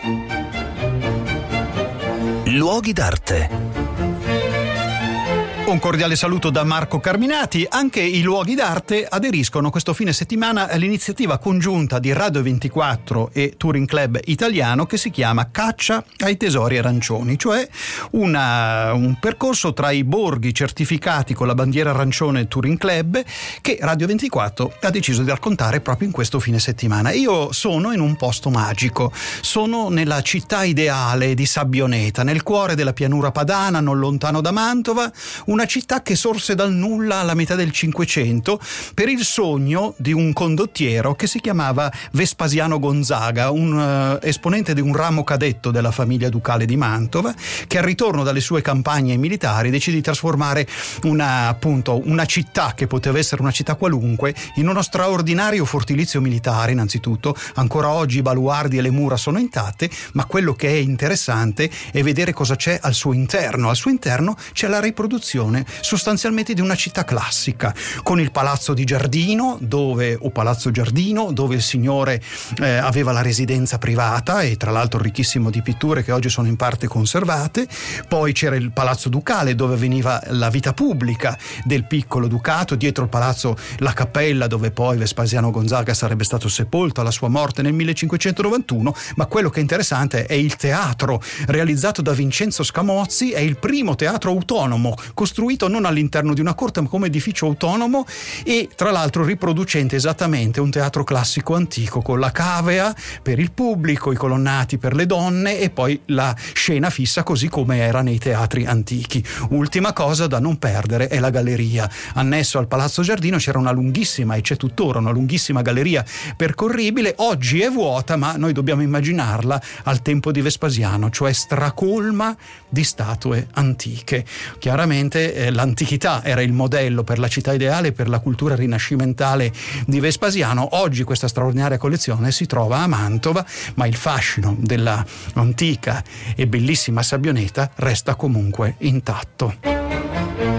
Luoghi d'arte. Un cordiale saluto da Marco Carminati. Anche i luoghi d'arte aderiscono questo fine settimana all'iniziativa congiunta di Radio 24 e Touring Club Italiano che si chiama Caccia ai tesori arancioni, cioè un percorso tra i borghi certificati con la bandiera arancione Touring Club che Radio 24 ha deciso di raccontare proprio in questo fine settimana. Io sono in un posto magico, sono nella città ideale di Sabbioneta, nel cuore della pianura padana, non lontano da Mantova, una città che sorse dal nulla alla metà del Cinquecento per il sogno di un condottiero che si chiamava Vespasiano Gonzaga, un esponente di un ramo cadetto della famiglia ducale di Mantova, che al ritorno dalle sue campagne militari decide di trasformare una città che poteva essere una città qualunque in uno straordinario fortilizio militare. Innanzitutto, ancora oggi i baluardi e le mura sono intatte, ma quello che è interessante è vedere cosa c'è al suo interno. Al suo interno c'è la riproduzione sostanzialmente di una città classica, con il palazzo di Giardino, dove il signore aveva la residenza privata e tra l'altro ricchissimo di pitture che oggi sono in parte conservate. Poi c'era il palazzo ducale dove veniva la vita pubblica del piccolo ducato, dietro il palazzo la cappella dove poi Vespasiano Gonzaga sarebbe stato sepolto alla sua morte nel 1591. Ma quello che è interessante è il teatro realizzato da Vincenzo Scamozzi, è il primo teatro autonomo costruito non all'interno di una corte ma come edificio autonomo, e tra l'altro riproducente esattamente un teatro classico antico con la cavea per il pubblico, i colonnati per le donne e poi la scena fissa così come era nei teatri antichi. Ultima cosa da non perdere è la galleria. Annesso al Palazzo Giardino c'era una lunghissima, e c'è tuttora una lunghissima galleria percorribile. Oggi è vuota, ma noi dobbiamo immaginarla al tempo di Vespasiano, cioè stracolma di statue antiche. Chiaramente l'antichità era il modello per la città ideale, per la cultura rinascimentale di Vespasiano. Oggi questa straordinaria collezione si trova a Mantova, ma il fascino della antica e bellissima Sabbioneta resta comunque intatto.